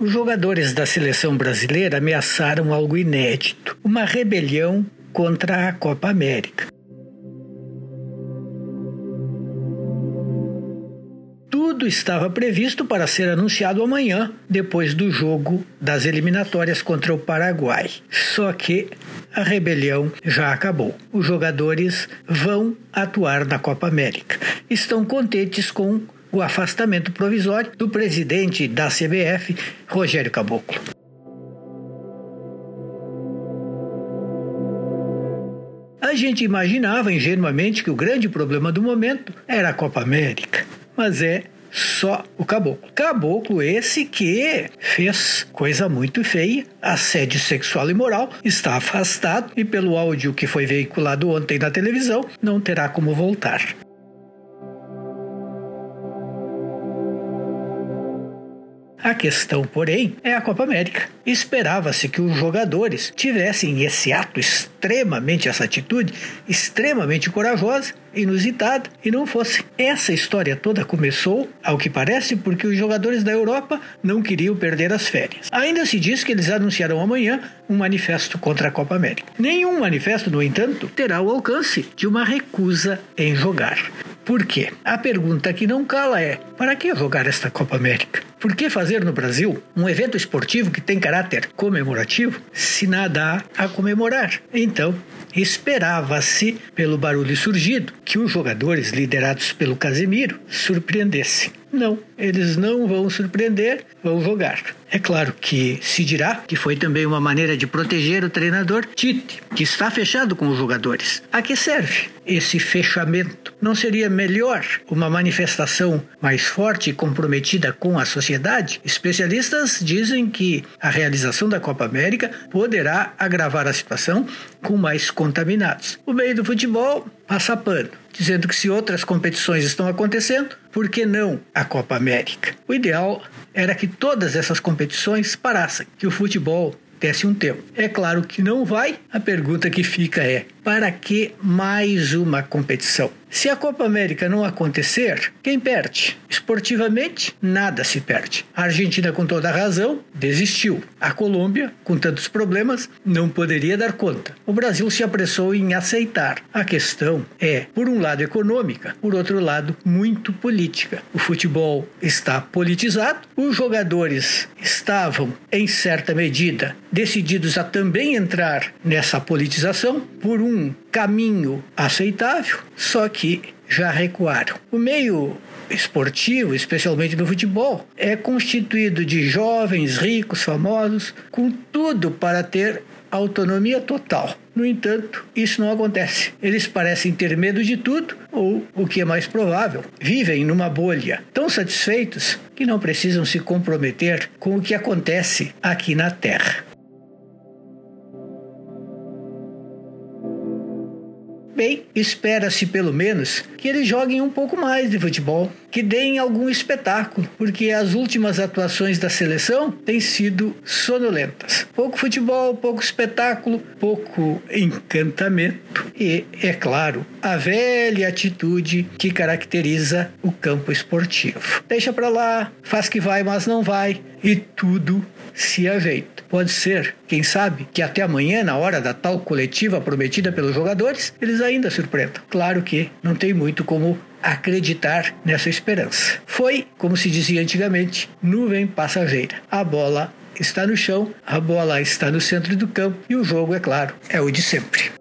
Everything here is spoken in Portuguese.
Os jogadores da seleção brasileira ameaçaram algo inédito: uma rebelião contra a Copa América. Tudo estava previsto para ser anunciado amanhã, depois do jogo das eliminatórias contra o Paraguai. Só que a rebelião já acabou. Os jogadores vão atuar na Copa América. Estão contentes com o afastamento provisório do presidente da CBF, Rogério Caboclo. A gente imaginava ingenuamente que o grande problema do momento era a Copa América, mas é só o Caboclo. Caboclo esse que fez coisa muito feia, assédio sexual e moral, está afastado e pelo áudio que foi veiculado ontem na televisão, não terá como voltar. A questão, porém, é a Copa América. Esperava-se que os jogadores tivessem esse ato essa atitude extremamente corajosa, inusitada, e não fosse. Essa história toda começou, ao que parece, porque os jogadores da Europa não queriam perder as férias. Ainda se diz que eles anunciarão amanhã um manifesto contra a Copa América. Nenhum manifesto, no entanto, terá o alcance de uma recusa em jogar. Por quê? A pergunta que não cala é: para que jogar esta Copa América? Por que fazer no Brasil um evento esportivo que tem caráter comemorativo se nada há a comemorar? Então, esperava-se, pelo barulho surgido, que os jogadores liderados pelo Casemiro surpreendessem. Não, eles não vão surpreender, vão jogar. É claro que se dirá que foi também uma maneira de proteger o treinador Tite, que está fechado com os jogadores. A que serve esse fechamento? Não seria melhor uma manifestação mais forte e comprometida com a sociedade? Especialistas dizem que a realização da Copa América poderá agravar a situação com mais contaminados. O meio do futebol passa pano, dizendo que se outras competições estão acontecendo, por que não a Copa América? O ideal era que todas essas competições parassem, que o futebol desse um tempo. É claro que não vai. A pergunta que fica é: para que mais uma competição? Se a Copa América não acontecer, quem perde? Esportivamente, nada se perde. A Argentina, com toda a razão, desistiu. A Colômbia, com tantos problemas, não poderia dar conta. O Brasil se apressou em aceitar. A questão é, por um lado, econômica, por outro lado, muito política. O futebol está politizado, os jogadores estavam, em certa medida, decididos a também entrar nessa politização por um caminho aceitável, só que já recuaram. O meio esportivo, especialmente no futebol, é constituído de jovens, ricos, famosos, com tudo para ter autonomia total. No entanto, isso não acontece. Eles parecem ter medo de tudo, ou, o que é mais provável, vivem numa bolha, tão satisfeitos que não precisam se comprometer com o que acontece aqui na Terra. Bem, espera-se pelo menos que eles joguem um pouco mais de futebol, que deem algum espetáculo, porque as últimas atuações da seleção têm sido sonolentas. Pouco futebol, pouco espetáculo, pouco encantamento e, é claro, a velha atitude que caracteriza o campo esportivo. Deixa pra lá, faz que vai, mas não vai, e tudo se ajeita. Pode ser, quem sabe, que até amanhã, na hora da tal coletiva prometida pelos jogadores, eles ainda surpreendam. Claro que não tem muito como acreditar nessa esperança. Foi, como se dizia antigamente, nuvem passageira. A bola está no chão, a bola está no centro do campo e o jogo, é claro, é o de sempre.